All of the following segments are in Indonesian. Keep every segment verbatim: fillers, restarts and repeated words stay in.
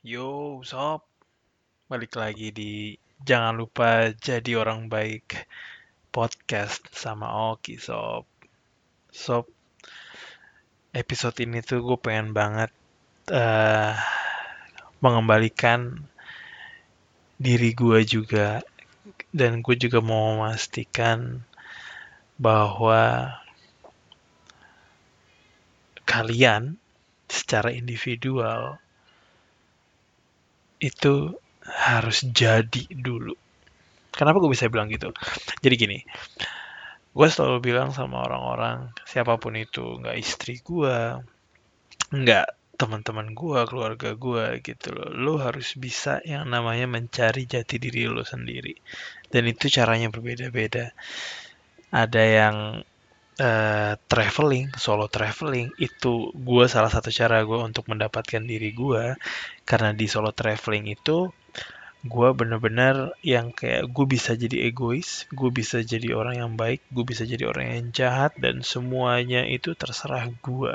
Yo, sob, balik lagi di Jangan Lupa Jadi Orang Baik podcast sama Oki, sob. Sob, episode ini tuh gue pengen banget eh mengembalikan diri gue juga, dan gue juga mau memastikan bahwa kalian secara individual itu harus jadi dulu. Kenapa gue bisa bilang gitu? Jadi gini, gue selalu bilang sama orang-orang, siapapun itu, nggak istri gue, nggak teman-teman gue, keluarga gue gitu loh. Lo harus bisa yang namanya mencari jati diri lo sendiri. Dan itu caranya berbeda-beda. Ada yang eh, traveling, solo traveling, itu gue salah satu cara gue untuk mendapatkan diri gue. Karena di solo traveling itu gue bener-bener yang kayak gue bisa jadi egois, gue bisa jadi orang yang baik, gue bisa jadi orang yang jahat, dan semuanya itu terserah gue.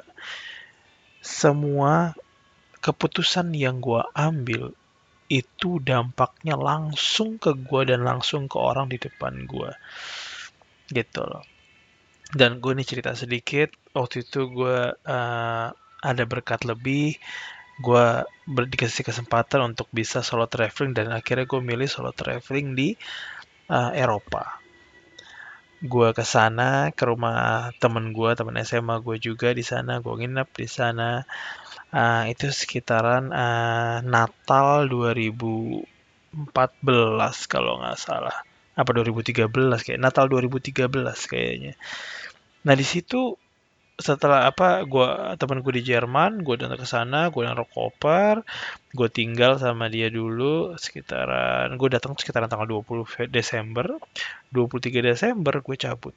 Semua keputusan yang gue ambil itu dampaknya langsung ke gue dan langsung ke orang di depan gue gitu loh. Dan gue nih cerita sedikit, waktu itu gue uh, ada berkat lebih, gue ber- dikasih kesempatan untuk bisa solo traveling, dan akhirnya gue milih solo traveling di uh, Eropa. Gue ke sana ke rumah temen gue, temen S M A gue juga di sana, gue nginep di sana. Ah, itu sekitaran ah, Natal dua ribu empat belas kalau nggak salah. Apa dua ribu tiga belas kayak Natal dua ribu tiga belas kayaknya. Nah, di situ setelah apa gua temen gue di Jerman, gue datang ke sana, gue naruh koper, gue tinggal sama dia dulu sekitaran gue datang sekitaran tanggal dua puluh Desember, dua puluh tiga Desember gue cabut.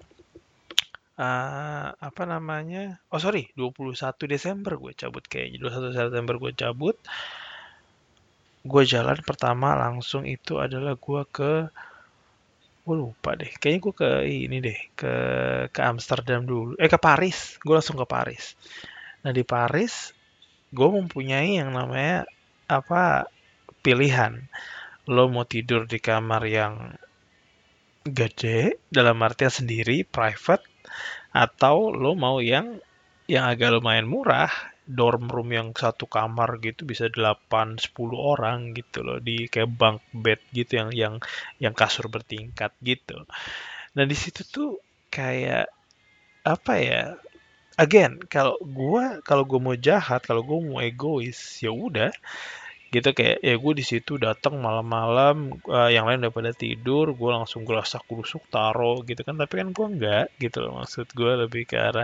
Ah, apa namanya? Oh sorry, dua puluh satu Desember gue cabut kayaknya. dua puluh satu Desember gue cabut. Gue jalan pertama langsung itu adalah gue ke, gue lupa deh. Kayaknya gue ke ini deh, ke ke Amsterdam dulu. Eh ke Paris. Gue langsung ke Paris. Nah di Paris, gue mempunyai yang namanya apa pilihan. Lo mau tidur di kamar yang gede, dalam artian sendiri, private, atau lo mau yang yang agak lumayan murah, dorm room yang satu kamar gitu bisa delapan sepuluh orang gitu loh, di kayak bunk bed gitu yang yang yang kasur bertingkat gitu. Nah, di situ tuh kayak apa ya? Again, kalau gua kalau gua mau jahat, kalau gua mau egois, ya udah gitu kayak ya gue di situ datang malam-malam, eh, yang lain udah pada tidur, gue langsung gelasak gerusuk taro gitu kan, tapi kan gue enggak gitu loh, maksud gue lebih ke arah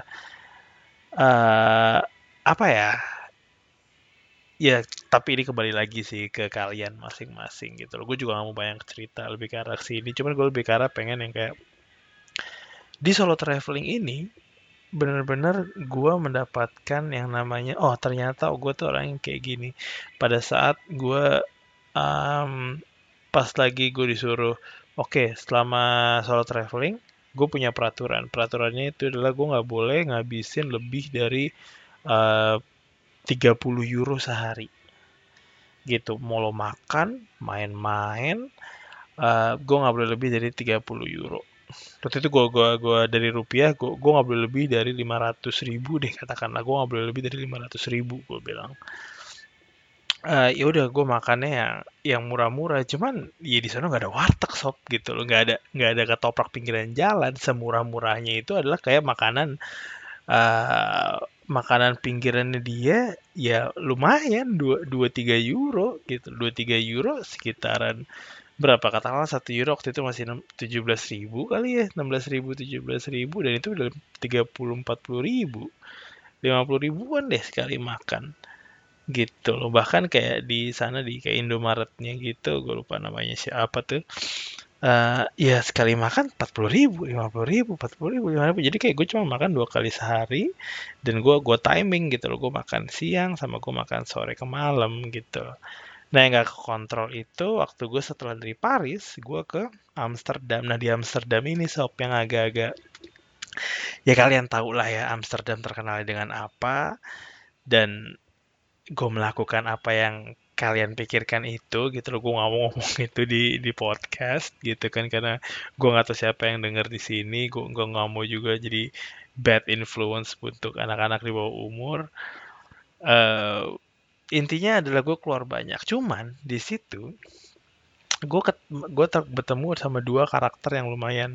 eh apa ya, ya tapi ini kembali lagi sih ke kalian masing-masing gitu loh. Gue juga gak mau banyak cerita lebih ke arah sini, cuman gue lebih ke arah pengen yang kayak di solo traveling ini bener-bener gue mendapatkan yang namanya, oh ternyata gue tuh orang yang kayak gini. Pada saat gue um, pas lagi gue disuruh, oke okay, selama solo traveling gue punya peraturan. Peraturannya itu adalah gue nggak boleh ngabisin lebih dari uh, tiga puluh euro sehari gitu. Mau lo makan, main-main, uh, gue nggak boleh lebih dari tiga puluh euro. Waktu itu gue gua gua dari rupiah, gue gue nggak boleh lebih dari lima ratus ribu deh, katakanlah gue nggak boleh lebih dari lima ratus ribu, gue bilang. Eh, ya udah gue makannya yang yang murah-murah, cuman ya di sana nggak ada warteg, sob, gitu loh, nggak ada nggak ada ketoprak pinggiran jalan. Semurah-murahnya itu adalah kayak makanan, eh makanan pinggirannya dia, ya lumayan dua dua tiga euro gitu, dua tiga euro sekitaran berapa, katakanlah satu euro waktu itu masih tujuh belas ribu kali ya, enam belas ribu, tujuh belas ribu, dan itu udah tiga puluh empat puluh ribu, lima puluh ribuan deh sekali makan gitu loh. Bahkan kayak di sana di kayak Indomaretnya gitu, gue lupa namanya siapa tuh. Eh ya sekali makan empat puluh ribu, lima puluh ribu, empat puluh ribu, lima ribu. Jadi kayak gue cuma makan dua kali sehari, dan gue gue timing gitu loh. Gue makan siang sama gue makan sore ke malam gitu. Nah, yang gak kekontrol itu waktu gue setelah dari Paris, gue ke Amsterdam. Nah, di Amsterdam ini sob yang agak-agak, ya kalian tahu lah ya Amsterdam terkenal dengan apa, dan gue melakukan apa yang kalian pikirkan itu gitu loh. Gue nggak mau ngomong itu di di podcast gitu kan, karena gue nggak tahu siapa yang denger di sini. Gue gue nggak mau juga jadi bad influence untuk anak-anak di bawah umur. Eh, Intinya adalah gue keluar banyak. Cuman di situ gue gue bertemu sama dua karakter yang lumayan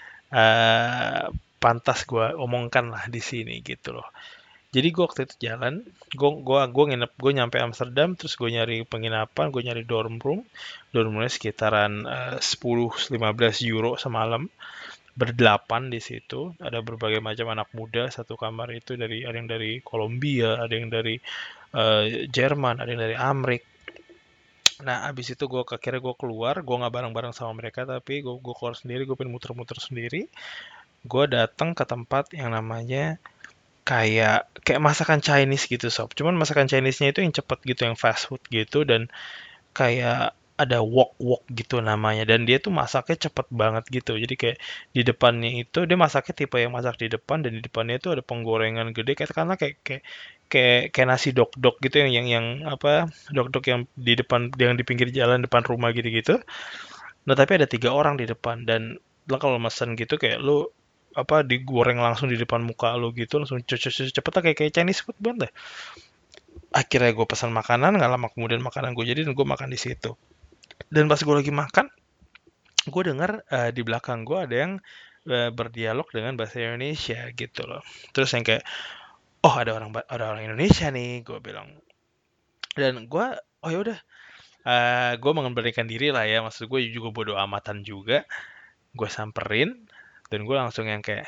eh pantas gue omongkan lah di sini gitu loh. Jadi gue waktu itu jalan, gue gua gua nginep, gue nyampe Amsterdam, terus gue nyari penginapan, gue nyari dorm room, dorm roomnya sekitaran eh, sepuluh lima belas euro semalam, berdelapan di situ, ada berbagai macam anak muda satu kamar itu, dari ada yang dari Kolombia, ada yang dari eh, Jerman, ada yang dari Amrik. Nah, abis itu gue akhirnya gue keluar, gue nggak bareng-bareng sama mereka, tapi gue gue keluar sendiri, gue pengen muter-muter sendiri. Gue datang ke tempat yang namanya kayak kayak masakan Chinese gitu sob. Cuman masakan Chinese-nya itu yang cepet gitu, yang fast food gitu, dan kayak ada wok wok gitu namanya, dan dia tuh masaknya cepet banget gitu. Jadi kayak di depannya itu dia masaknya tipe yang masak di depan, dan di depannya itu ada penggorengan gede kayak karena kayak kayak kayak, kayak nasi dok dok gitu, yang yang yang apa, dok dok yang di depan, yang di pinggir jalan depan rumah gitu-gitu. Nah, tapi ada tiga orang di depan, dan lo kalau mesen gitu kayak lu apa digoreng langsung di depan muka lo gitu, langsung cepet cepet kayak kayak Chinese food banget deh. Akhirnya gue pesan makanan, nggak lama kemudian makanan gue jadi, dan gue makan di situ. Dan pas gue lagi makan, gue dengar eh, di belakang gue ada yang eh, berdialog dengan bahasa Indonesia gitu loh. Terus yang kayak, oh ada orang ada orang Indonesia nih, gue bilang. Dan gue, oh ya udah, eh, gue mengembalikan diri lah ya. Maksud gue juga bodo amatan juga. Gue samperin, dan gue langsung yang kayak,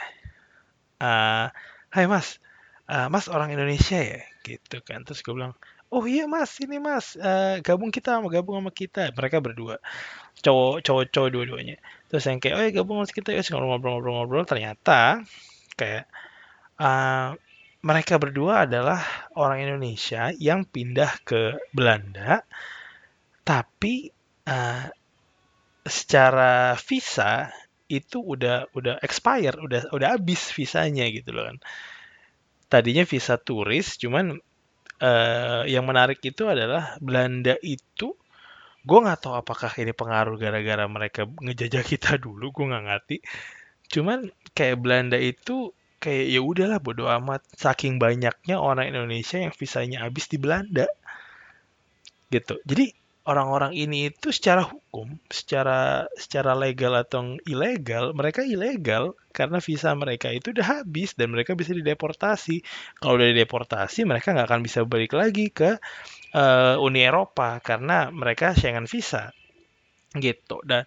eh hai mas, eh, mas orang Indonesia ya? Gitu kan. Terus gue bilang, oh iya mas, ini mas, eh, gabung kita, mau gabung sama kita. Mereka berdua, cowok cowok cowok dua-duanya. Terus yang kayak, oh ya gabung sama kita ya, ngobrol-ngobrol-ngobrol. Ternyata kayak eh, mereka berdua adalah orang Indonesia yang pindah ke Belanda, tapi eh, secara visa itu udah udah expire, udah udah habis visanya gitu loh kan. Tadinya visa turis, cuman eh, yang menarik itu adalah Belanda itu, gue nggak tahu apakah ini pengaruh gara-gara mereka ngejajah kita dulu, gue nggak ngerti. Cuman kayak Belanda itu kayak ya udahlah bodo amat, saking banyaknya orang Indonesia yang visanya habis di Belanda gitu. Jadi orang-orang ini itu secara hukum, secara secara legal atau ilegal, mereka ilegal karena visa mereka itu udah habis dan mereka bisa dideportasi. Kalau udah dideportasi, mereka nggak akan bisa balik lagi ke eh, Uni Eropa karena mereka Schengen visa gitu. Dan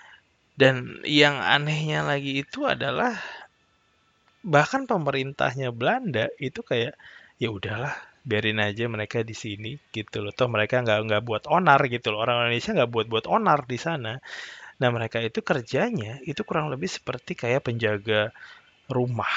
dan yang anehnya lagi itu adalah bahkan pemerintahnya Belanda itu kayak ya udahlah, biarin aja mereka di sini gitu loh, toh mereka nggak nggak buat onar gitu loh, orang Indonesia nggak buat buat onar di sana. Nah, mereka itu kerjanya itu kurang lebih seperti kayak penjaga rumah.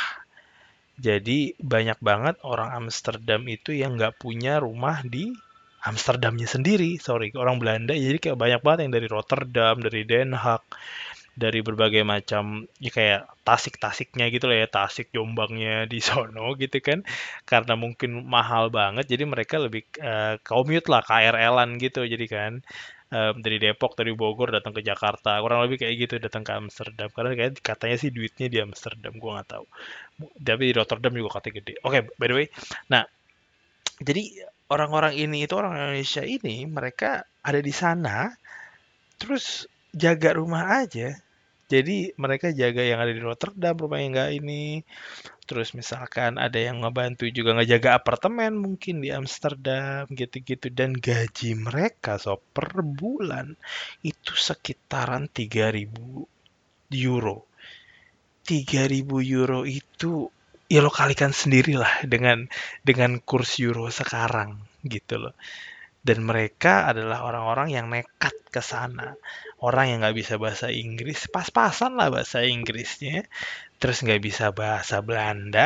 Jadi banyak banget orang Amsterdam itu yang nggak punya rumah di Amsterdamnya sendiri, sorry, orang Belanda. Jadi kayak banyak banget yang dari Rotterdam, dari Den Haag, dari berbagai macam, ya kayak Tasik-Tasiknya gitu lah ya, Tasik Jombangnya di sono gitu kan, karena mungkin mahal banget jadi mereka lebih eh, commute lah, K R L-an gitu, jadi kan eh, dari Depok, dari Bogor datang ke Jakarta, kurang lebih kayak gitu, datang ke Amsterdam karena kayak katanya sih duitnya di Amsterdam, gua nggak tahu, tapi di Rotterdam juga katanya gede. Oke, by the way, nah jadi orang-orang ini itu orang Indonesia ini mereka ada di sana, terus jaga rumah aja. Jadi mereka jaga yang ada di Rotterdam, rumah yang nggak ini. Terus misalkan ada yang ngebantu juga ngejaga apartemen mungkin di Amsterdam gitu-gitu. Dan gaji mereka so per bulan itu sekitaran tiga ribu euro. Tiga ribu euro itu ya lo kalikan sendirilah dengan dengan kurs euro sekarang gitu loh. Dan mereka adalah orang-orang yang nekat ke sana. Orang yang nggak bisa bahasa Inggris, pas-pasan lah bahasa Inggrisnya. Terus nggak bisa bahasa Belanda.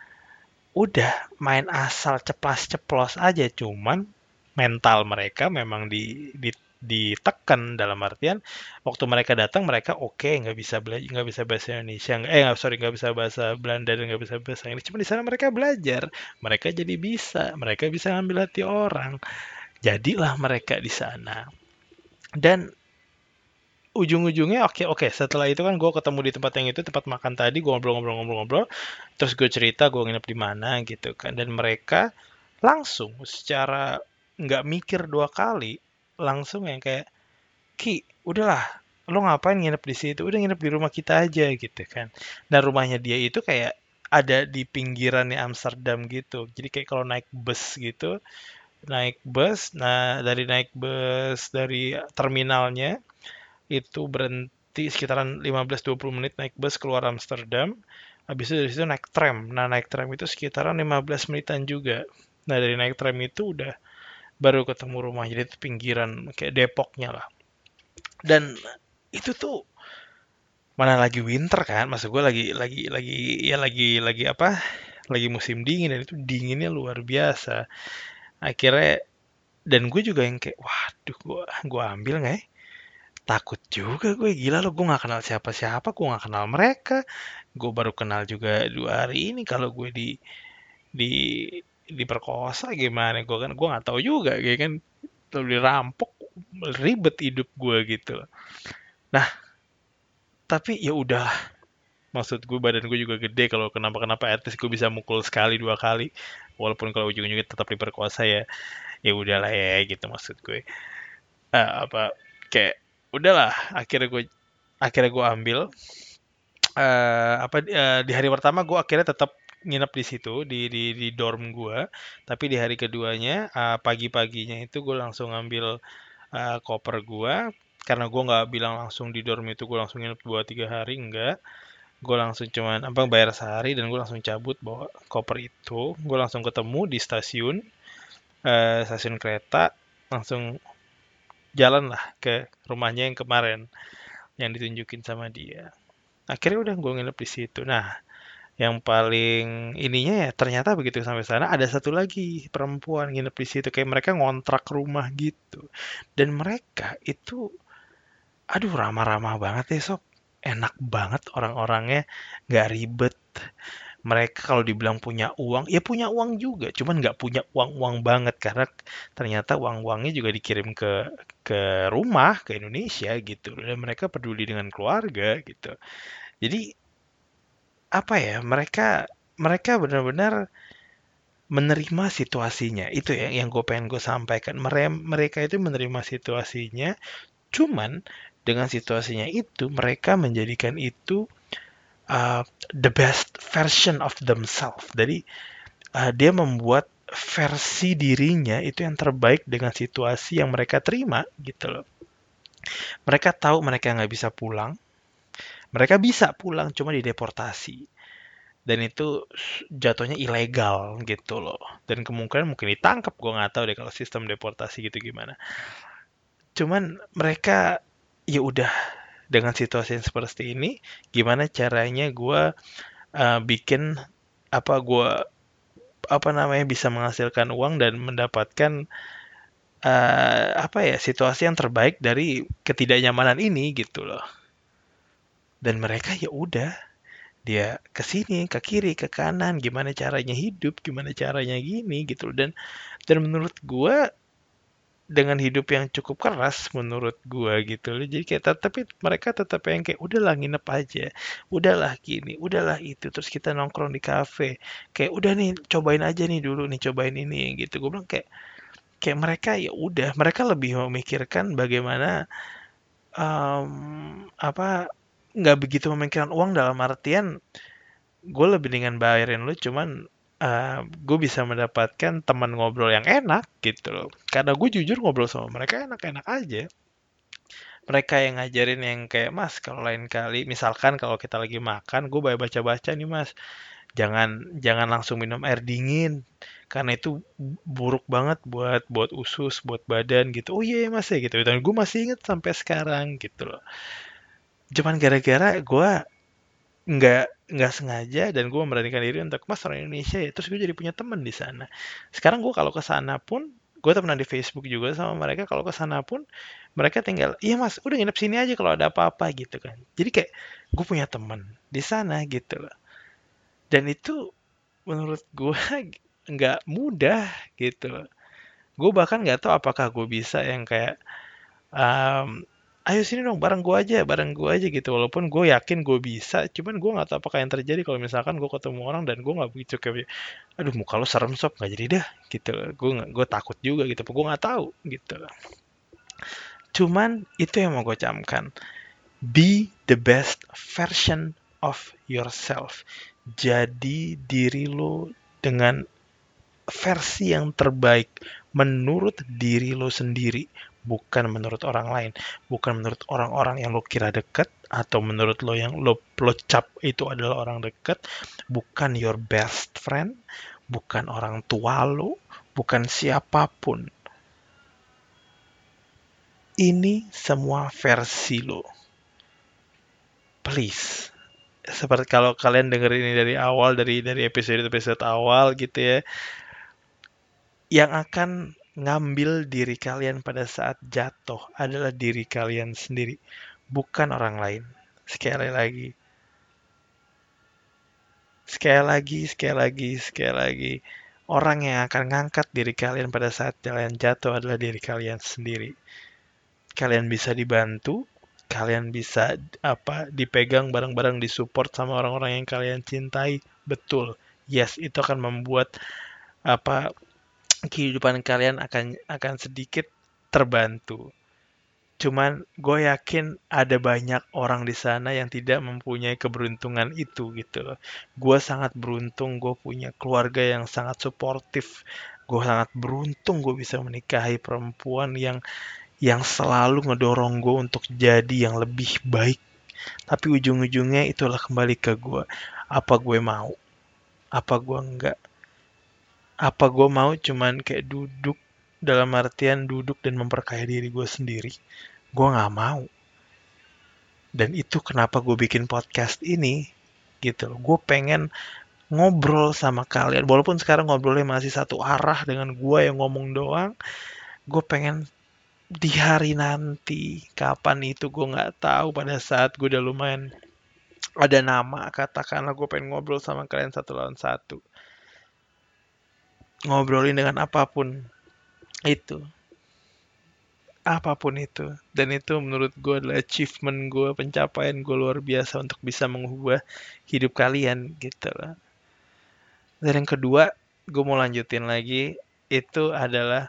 Udah main asal ceplas-ceplos aja. Cuman mental mereka memang di, di ditekan dalam artian waktu mereka datang mereka oke okay, nggak bisa belajar, nggak bisa bahasa Indonesia, eh nggak sorry nggak bisa bahasa Belanda dan nggak bisa bahasa Inggris, cuma di sana mereka belajar, mereka jadi bisa, mereka bisa ngambil hati orang Jadilah mereka di sana. Dan ujung-ujungnya oke oke setelah itu kan gue ketemu di tempat yang itu tempat makan tadi, gue ngobrol-ngobrol-ngobrol-ngobrol, terus gue cerita gue nginep di mana gitu kan, dan mereka langsung secara nggak mikir dua kali langsung yang kayak, Ki, udahlah, lo ngapain nginep di situ? Udah nginep di rumah kita aja gitu kan. Dan rumahnya dia itu kayak ada di pinggirannya Amsterdam gitu. Jadi kayak kalau naik bus gitu, naik bus, nah dari naik bus dari terminalnya itu berhenti sekitaran lima belas sampai dua puluh menit naik bus keluar Amsterdam. Habis itu dari situ naik tram. Nah, naik tram itu sekitaran lima belas menitan juga. Nah, dari naik tram itu udah baru ketemu rumah. Jadi itu pinggiran kayak Depoknya lah. Dan itu tuh mana lagi winter kan, maksud gue lagi lagi lagi ya lagi lagi apa? Lagi musim dingin dan itu dinginnya luar biasa. Akhirnya dan gue juga yang kayak, waduh, gue gue ambil nggak ya? Takut juga gue, gila lo, gue nggak kenal siapa-siapa, gue nggak kenal mereka, gue baru kenal juga dua hari ini. Kalau gue di di diperkosa gimana? Gue kan gue nggak tahu juga, kayak kan kalau dirampok ribet hidup gue gitu. Nah, tapi ya udah, maksud gue badan gue juga gede, kalau kenapa-kenapa at least gue bisa mukul sekali dua kali, walaupun kalau ujung-ujungnya tetap diperkosa ya, ya udahlah ya gitu maksud gue. Eh, apa kayak udahlah, akhirnya gue akhirnya gue ambil eh apa eh, di hari pertama gue akhirnya tetap nginep di situ di di di dorm gue, tapi di hari keduanya eh, pagi-paginya itu gue langsung ngambil eh, koper gue, karena gue nggak bilang langsung di dorm itu gue langsung nginep dua tiga hari, enggak. Gue langsung cuman apa bayar sehari dan gue langsung cabut bawa koper itu. Gue langsung ketemu di stasiun, eh, stasiun kereta, langsung jalan lah ke rumahnya yang kemarin yang ditunjukin sama dia. Akhirnya udah gue nginep di situ. Nah, yang paling ininya ya ternyata begitu sampai sana ada satu lagi perempuan nginep di situ, kayak mereka ngontrak rumah gitu. Dan mereka itu aduh ramah-ramah banget ya sob. Enak banget orang-orangnya, nggak ribet. Mereka kalau dibilang punya uang, ya punya uang juga, cuman nggak punya uang-uang banget karena ternyata uang-uangnya juga dikirim ke ke rumah ke Indonesia gitu. Dan mereka peduli dengan keluarga gitu. Jadi apa ya, mereka mereka benar-benar menerima situasinya. Itu ya yang gue pengen gue sampaikan. Mere- Mereka itu menerima situasinya, cuman dengan situasinya itu mereka menjadikan itu uh, the best version of themselves. Jadi uh, dia membuat versi dirinya itu yang terbaik dengan situasi yang mereka terima gitu loh. Mereka tahu mereka nggak bisa pulang. Mereka bisa pulang, cuma dideportasi. Dan itu jatuhnya ilegal gitu loh. Dan kemungkinan mungkin ditangkap, gue nggak tahu deh kalau sistem deportasi gitu gimana. Cuman mereka ya udah, dengan situasi yang seperti ini, gimana caranya gue uh, bikin apa gue apa namanya bisa menghasilkan uang dan mendapatkan uh, apa ya situasi yang terbaik dari ketidaknyamanan ini gitu loh. Dan mereka ya udah, dia ke sini, ke kiri, ke kanan, gimana caranya hidup, gimana caranya gini gitu loh. Dan dan menurut gua dengan hidup yang cukup keras menurut gua gitu loh. Jadi kayak tet- tapi mereka tetap yang kayak udahlah nginep aja. Udahlah gini, udahlah itu. Terus kita nongkrong di kafe. Kayak udah nih cobain aja nih dulu nih, cobain ini gitu. Gue bilang kayak kayak mereka ya udah, mereka lebih memikirkan bagaimana em, apa nggak begitu memikirkan uang dalam artian gue lebih dengan bayarin lu, cuman eh, gue bisa mendapatkan teman ngobrol yang enak gitu loh. Karena gue jujur ngobrol sama mereka enak-enak aja. Mereka yang ngajarin yang kayak, Mas, kalau lain kali misalkan kalau kita lagi makan, gue baca-baca nih, Mas, jangan jangan langsung minum air dingin karena itu buruk banget buat buat usus, buat badan gitu. Oh iya, Mas ya gitu. Dan gue masih inget sampai sekarang gitu loh. Cuman gara-gara gue nggak nggak sengaja dan gue memberanikan diri untuk, Mas, orang Indonesia ya, terus gue jadi punya teman di sana. Sekarang gue kalau ke sana pun, gue temenan di Facebook juga sama mereka, kalau ke sana pun mereka tinggal, iya Mas udah nginep sini aja kalau ada apa-apa gitu kan. Jadi kayak gue punya teman di sana gitu loh. Dan itu menurut gue nggak mudah gitu loh. Gue bahkan nggak tahu apakah gue bisa yang kayak, um, ayo sini dong bareng gue aja, bareng gue aja gitu. Walaupun gue yakin gue bisa, cuman gue nggak tahu apakah yang terjadi kalau misalkan gue ketemu orang dan gue nggak begitu kayak, aduh muka lo serem sob, nggak jadi dah gitu. Gue nggak, gue takut juga gitu, gue nggak tahu gitu. Cuman itu yang mau gue camkan. Be the best version of yourself. Jadi diri lo dengan versi yang terbaik menurut diri lo sendiri, bukan menurut orang lain, bukan menurut orang-orang yang lo kira dekat atau menurut lo yang lo lo cap itu adalah orang dekat, bukan your best friend, bukan orang tua lo, bukan siapapun. Ini semua versi lo. Please. Seperti kalau kalian dengerin ini dari awal, dari dari episode-episode awal gitu ya, yang akan ngambil diri kalian pada saat jatuh adalah diri kalian sendiri, bukan orang lain. Sekali lagi, sekali lagi, sekali lagi, sekali lagi. Orang yang akan ngangkat diri kalian pada saat kalian jatuh adalah diri kalian sendiri. Kalian bisa dibantu, kalian bisa apa dipegang bareng-bareng, disupport sama orang-orang yang kalian cintai, betul. Yes, itu akan membuat apa kehidupan kalian akan akan sedikit terbantu. Cuman gue yakin ada banyak orang di sana yang tidak mempunyai keberuntungan itu gitu loh. Gue sangat beruntung gue punya keluarga yang sangat suportif. Gue sangat beruntung gue bisa menikahi perempuan yang yang selalu ngedorong gue untuk jadi yang lebih baik. Tapi ujung-ujungnya itulah kembali ke gue. Apa gue mau? Apa gue enggak? Apa gue mau cuman kayak duduk dalam artian duduk dan memperkaya diri gue sendiri? Gue nggak mau. Dan itu kenapa gue bikin podcast ini, gitu. Gue pengen ngobrol sama kalian. Walaupun sekarang ngobrolnya masih satu arah dengan gue yang ngomong doang, gue pengen di hari nanti, kapan itu gue nggak tahu. Pada saat gue udah lumayan ada nama, katakanlah gue pengen ngobrol sama kalian satu lawan satu. Ngobrolin dengan apapun itu. Apapun itu. Dan itu menurut gue adalah achievement gue, pencapaian gue luar biasa untuk bisa mengubah hidup kalian gitu loh. Dan yang kedua, gue mau lanjutin lagi, itu adalah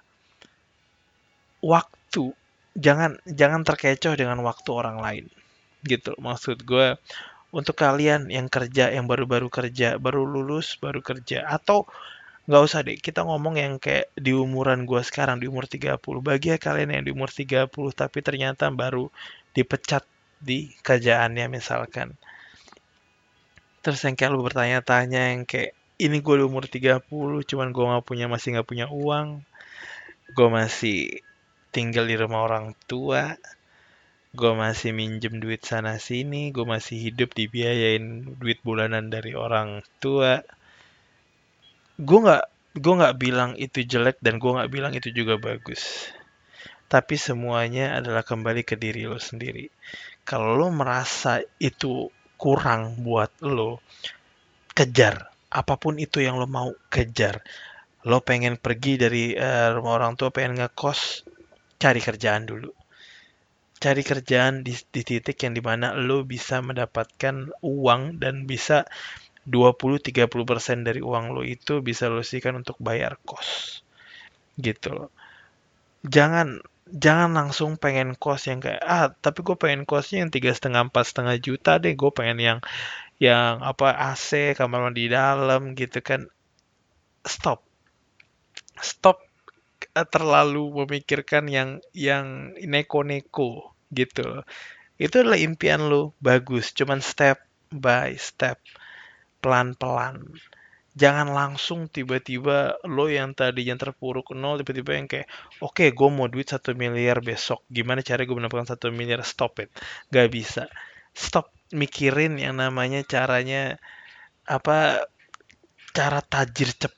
waktu. Jangan jangan terkecoh dengan waktu orang lain. Gitu. Maksud gue, untuk kalian yang kerja, yang baru-baru kerja, baru lulus, baru kerja, atau nggak usah deh, kita ngomong yang kayak di umuran gue sekarang, di umur tiga puluh. Bagi ya kalian yang di umur tiga puluh, tapi ternyata baru dipecat di kerjaannya misalkan. Terus yang kayak lu bertanya-tanya yang kayak, ini gue di umur tiga puluh, cuman gue nggak punya, masih nggak punya uang. Gue masih tinggal di rumah orang tua. Gue masih minjem duit sana sini. Gue masih hidup dibiayain duit bulanan dari orang tua. Gue nggak gue nggak bilang itu jelek dan gue nggak bilang itu juga bagus. Tapi semuanya adalah kembali ke diri lo sendiri. Kalau lo merasa itu kurang buat lo, kejar. Apapun itu yang lo mau, kejar. Lo pengen pergi dari uh, rumah orang tua, pengen ngekos, cari kerjaan dulu. Cari kerjaan di, di titik yang dimana lo bisa mendapatkan uang dan bisa dua puluh sampai tiga puluh persen dari uang lo itu bisa lo sisihkan untuk bayar kos. Gitu loh. Jangan jangan langsung pengen kos yang kayak, ah tapi gue pengen kosnya yang tiga setengah empat setengah juta deh, gue pengen yang yang apa A C, kamar mandi dalam gitu kan. Stop, stop eh, terlalu memikirkan yang yang neko-neko gitu. Itu adalah impian lo, bagus, cuman step by step, pelan-pelan. Jangan langsung tiba-tiba lo yang tadinya terpuruk nol, tiba-tiba yang kayak, oke okay, gue mau duit satu miliar besok. Gimana cara gue mendapatkan satu miliar? Stop it. Gak bisa. Stop mikirin yang namanya caranya, apa, cara tajir cepet.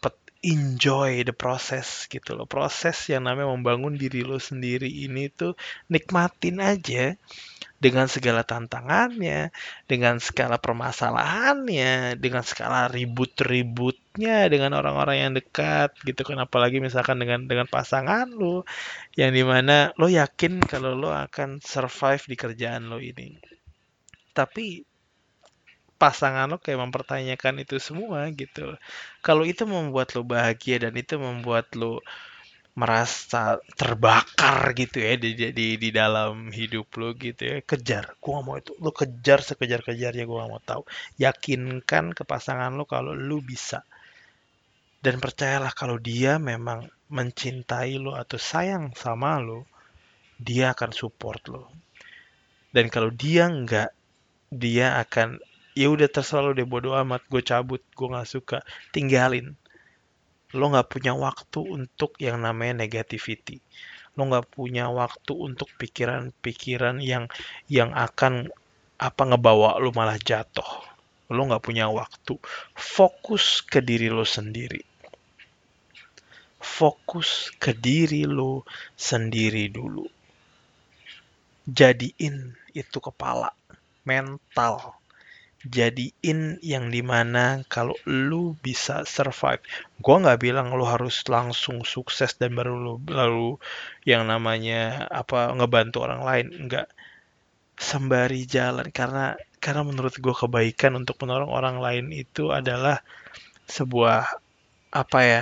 enjoy the process gitu loh. Proses yang namanya membangun diri lo sendiri ini tuh nikmatin aja dengan segala tantangannya, dengan segala permasalahannya, dengan segala ribut-ributnya dengan orang-orang yang dekat gitu kan, apalagi misalkan dengan dengan pasangan lo yang dimana lo yakin kalau lo akan survive di kerjaan lo ini. Tapi pasangan lo kayak mempertanyakan itu semua gitu. Kalau itu membuat lo bahagia dan itu membuat lo merasa terbakar gitu ya di di di dalam hidup lo gitu ya, kejar. Gua mau itu. Lo kejar sekejar-kejarnya, gua mau tahu. Yakinkan ke pasangan lo kalau lo bisa. Dan percayalah kalau dia memang mencintai lo atau sayang sama lo, dia akan support lo. Dan kalau dia enggak, dia akan ya udah terserah lo deh, bodo amat, gue cabut, gue nggak suka, tinggalin. Lo nggak punya waktu untuk yang namanya negativity. Lo nggak punya waktu untuk pikiran-pikiran yang yang akan apa ngebawa lo malah jatuh. Lo nggak punya waktu. Fokus ke diri lo sendiri. Fokus ke diri lo sendiri dulu. Jadiin itu kepala, mental. Jadiin yang dimana kalau lu bisa survive. Gua nggak bilang lu harus langsung sukses dan baru lu lalu yang namanya apa ngebantu orang lain. Enggak, sembari jalan, karena karena menurut gua kebaikan untuk menolong orang lain itu adalah sebuah apa ya,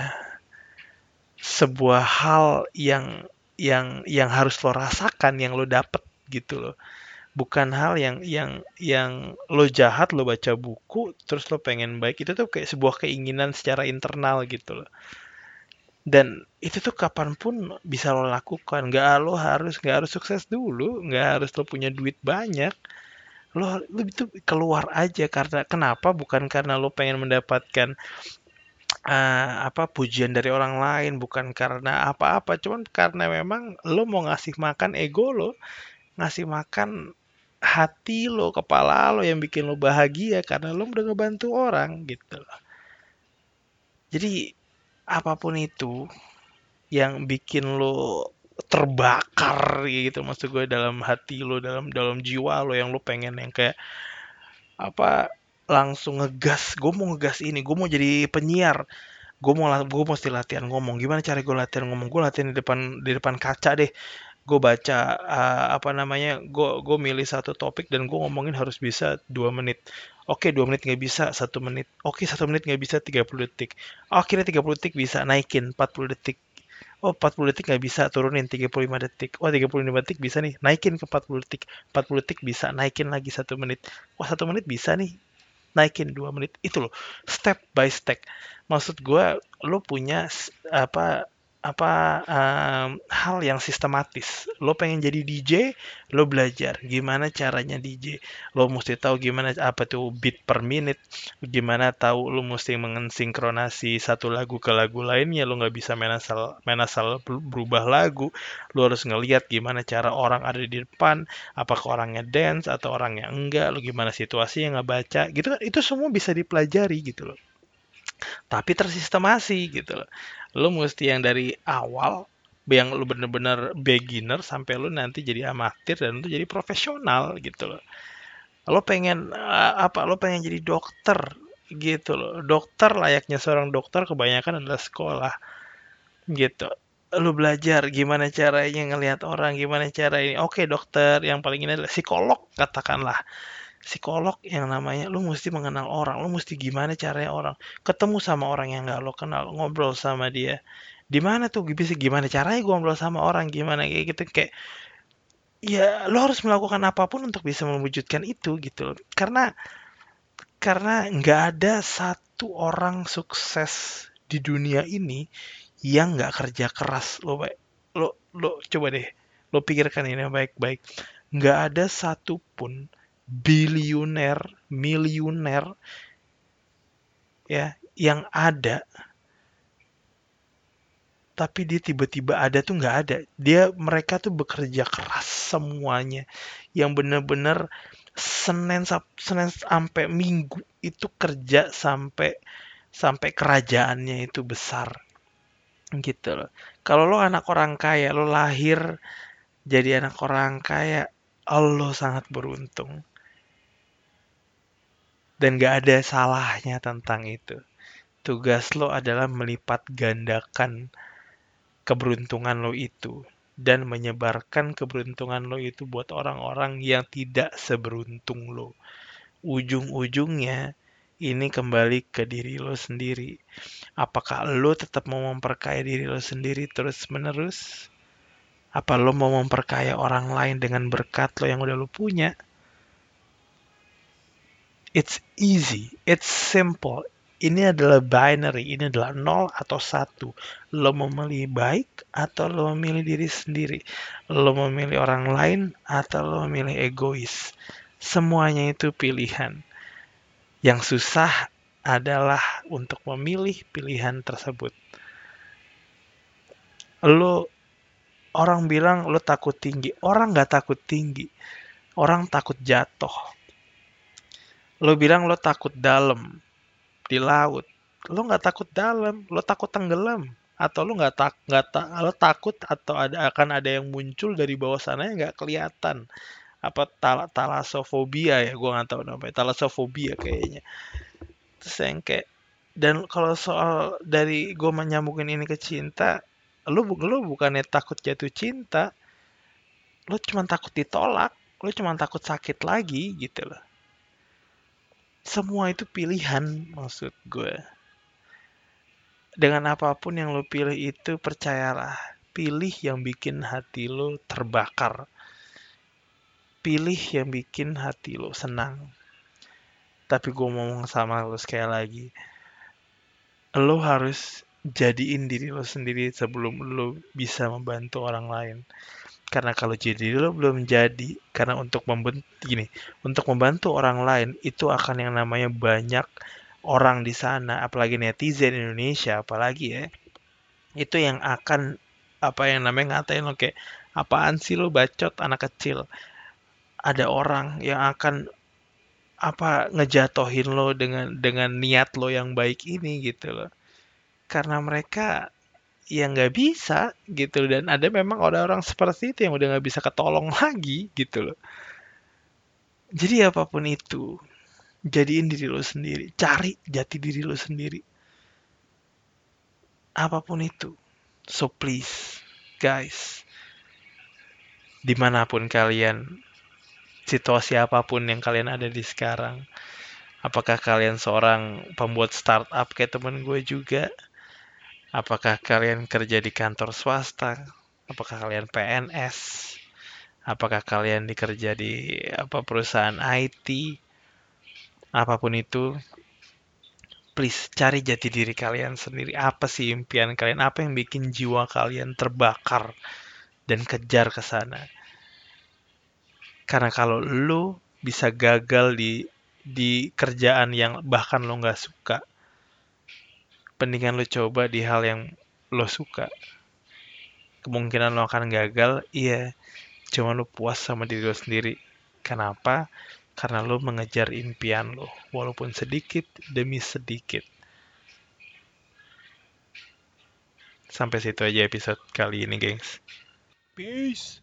sebuah hal yang yang yang harus lo rasakan, yang lo dapet gitu loh. Bukan hal yang yang yang lo jahat, lo baca buku, terus lo pengen baik. Itu tuh kayak sebuah keinginan secara internal gitu loh. Dan itu tuh kapanpun bisa lo lakukan. Nggak lo harus nggak harus sukses dulu, nggak harus lo punya duit banyak. Lo, lo itu keluar aja karena kenapa? Bukan karena lo pengen mendapatkan uh, apa pujian dari orang lain, bukan karena apa-apa, cuman karena memang lo mau ngasih makan ego lo, ngasih makan hati lo, kepala lo yang bikin lo bahagia karena lo udah ngebantu orang gitu loh. Jadi apapun itu yang bikin lo terbakar gitu, maksud gue dalam hati lo, dalam dalam jiwa lo yang lo pengen yang kayak apa langsung ngegas, gue mau ngegas ini, gue mau jadi penyiar, gue mau gue mesti latihan ngomong. Gimana cara gue latihan ngomong? Gue latihan di depan di depan kaca deh. Gue baca uh, apa namanya, gue gue milih satu topik dan gue ngomongin harus bisa dua menit. Oke, dua menit nggak bisa, satu menit. Oke, satu menit nggak bisa, tiga puluh detik. Oh, akhirnya tiga puluh detik bisa, naikin empat puluh detik. Oh, empat puluh detik nggak bisa, turunin tiga puluh lima detik. Oh, tiga puluh lima detik bisa nih, naikin ke empat puluh detik. Empat puluh detik bisa, naikin lagi satu menit. Oh, satu menit bisa nih, naikin dua menit. Itu loh, step by step. Maksud gue, lo punya apa apa um, hal yang sistematis. Lo pengen jadi D J, lo belajar gimana caranya D J. Lo mesti tahu gimana apa tuh beat per minute, gimana tahu lo mesti mensinkronasi satu lagu ke lagu lainnya. Lo nggak bisa main asal main asal berubah lagu. Lo harus ngelihat gimana cara orang ada di depan, apakah orangnya dance atau orangnya enggak. Lo gimana situasi yang nggak baca, gitu kan? Itu semua bisa dipelajari gitu loh. Tapi tersistemasi gitu loh. Lo mesti yang dari awal, yang lo bener-bener beginner sampai lo nanti jadi amatir dan lo jadi profesional gitu loh. Lo pengen uh, apa? Lo pengen jadi dokter gitu loh. Dokter layaknya seorang dokter kebanyakan adalah sekolah gitu. Lo belajar gimana caranya ngelihat orang, gimana cara ini. Oke, dokter yang paling ini adalah psikolog katakanlah. Psikolog yang namanya lu mesti mengenal orang, lu mesti gimana caranya orang ketemu sama orang yang nggak lo kenal, ngobrol sama dia di mana tuh, bisa gimana caranya gue ngobrol sama orang, gimana kayak gitu, kayak ya lo harus melakukan apapun untuk bisa mewujudkan itu gitu loh. karena karena nggak ada satu orang sukses di dunia ini yang nggak kerja keras. Lo baik lo lo coba deh lo pikirkan ini baik-baik, nggak ada satupun bilioner, miliuner ya yang ada tapi dia tiba-tiba ada tuh, nggak ada. Dia mereka tuh bekerja keras semuanya, yang bener-bener Senin Sab- Senin sampai Minggu itu kerja sampai sampai kerajaannya itu besar gitu loh. Kalau lo anak orang kaya, lo lahir jadi anak orang kaya, lo sangat beruntung. Dan gak ada salahnya tentang itu. Tugas lo adalah melipat gandakan keberuntungan lo itu. Dan menyebarkan keberuntungan lo itu buat orang-orang yang tidak seberuntung lo. Ujung-ujungnya, ini kembali ke diri lo sendiri. Apakah lo tetap mau memperkaya diri lo sendiri terus-menerus? Apa lo mau memperkaya orang lain dengan berkat lo yang udah lo punya? It's easy, it's simple. Ini adalah binary, ini adalah nol atau satu. Lo mau memilih baik atau lo memilih diri sendiri? Lo memilih orang lain atau lo memilih egois? Semuanya itu pilihan. Yang susah adalah untuk memilih pilihan tersebut. Lo orang bilang lo takut tinggi, orang nggak takut tinggi, orang takut jatuh. Lo bilang lo takut dalam di laut, lo nggak takut dalam, lo takut tenggelam, atau lo nggak tak nggak tak lo takut atau ada akan ada yang muncul dari bawah sana yang nggak kelihatan, apa tal talasofobia ya, gue nggak tahu namanya, talasofobia kayaknya. Terus yang kayak, dan kalau soal dari gue menyambungin ini ke cinta, lo bu lo bukannya takut jatuh cinta, lo cuma takut ditolak, lo cuma takut sakit lagi gitu loh. Semua itu pilihan maksud gue. Dengan apapun yang lo pilih itu, percayalah, pilih yang bikin hati lo terbakar. Pilih yang bikin hati lo senang. Tapi gue ngomong sama lo sekali lagi, lo harus jadiin diri lo sendiri sebelum lo bisa membantu orang lain. Karena kalau jadi lo belum jadi, karena untuk membantu gini, untuk membantu orang lain itu akan yang namanya banyak orang di sana, apalagi netizen Indonesia, apalagi ya, itu yang akan apa yang namanya ngatain lo kayak, apaan sih lo bacot anak kecil. Ada orang yang akan apa ngejatohin lo dengan dengan niat lo yang baik ini gitu loh. Karena mereka yang nggak bisa gitu, dan ada memang orang-orang seperti itu yang udah nggak bisa ketolong lagi gitu loh. Jadi apapun itu, jadiin diri lo sendiri, cari jati diri lo sendiri, apapun itu. So please guys, dimanapun kalian, situasi apapun yang kalian ada di sekarang, apakah kalian seorang pembuat startup kayak temen gue juga, apakah kalian kerja di kantor swasta, apakah kalian P N S, apakah kalian dikerja di apa perusahaan I T, apapun itu, please cari jati diri kalian sendiri. Apa sih impian kalian? Apa yang bikin jiwa kalian terbakar dan kejar ke sana? Karena kalau lu bisa gagal di di kerjaan yang bahkan lo nggak suka, pentingan lo coba di hal yang lo suka. Kemungkinan lo akan gagal, iya, cuma lo puas sama diri lo sendiri. Kenapa? Karena lo mengejar impian lo, walaupun sedikit demi sedikit. Sampai situ aja episode kali ini, gengs. Peace.